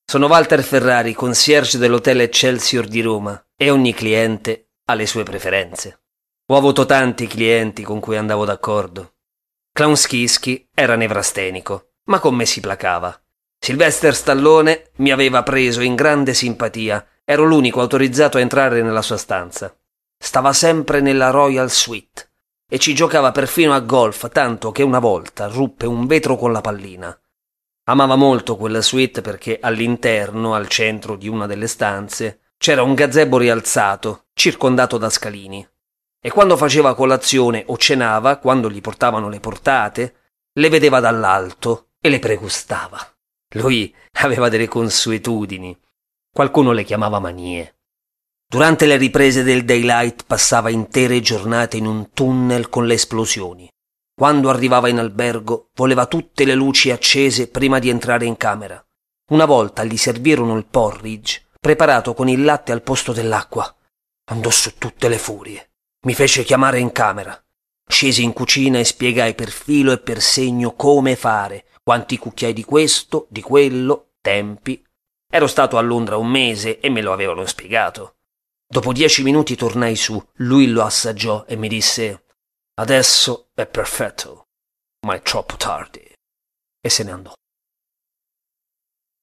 Sono Walter Ferrari, concierge dell'Hotel Excelsior di Roma, e ogni cliente ha le sue preferenze. Ho avuto tanti clienti con cui andavo d'accordo. Klaunskisky era nevrastenico, ma con me si placava. Sylvester Stallone mi aveva preso in grande simpatia, ero l'unico autorizzato a entrare nella sua stanza. Stava sempre nella Royal Suite e ci giocava perfino a golf, tanto che una volta ruppe un vetro con la pallina. Amava molto quella suite perché all'interno, al centro di una delle stanze, c'era un gazebo rialzato, circondato da scalini. E quando faceva colazione o cenava, quando gli portavano le portate, le vedeva dall'alto e le pregustava. Lui aveva delle consuetudini. Qualcuno le chiamava manie. Durante le riprese del daylight passava intere giornate in un tunnel con le esplosioni. Quando arrivava in albergo voleva tutte le luci accese prima di entrare in camera. Una volta gli servirono il porridge preparato con il latte al posto dell'acqua. Andò su tutte le furie. Mi fece chiamare in camera. Scesi in cucina e spiegai per filo e per segno come fare, quanti cucchiai di questo, di quello, tempi. Ero stato a Londra un mese e me lo avevano spiegato. Dopo 10 minuti tornai su, lui lo assaggiò e mi disse: «Adesso è perfetto, ma è troppo tardi». E se ne andò.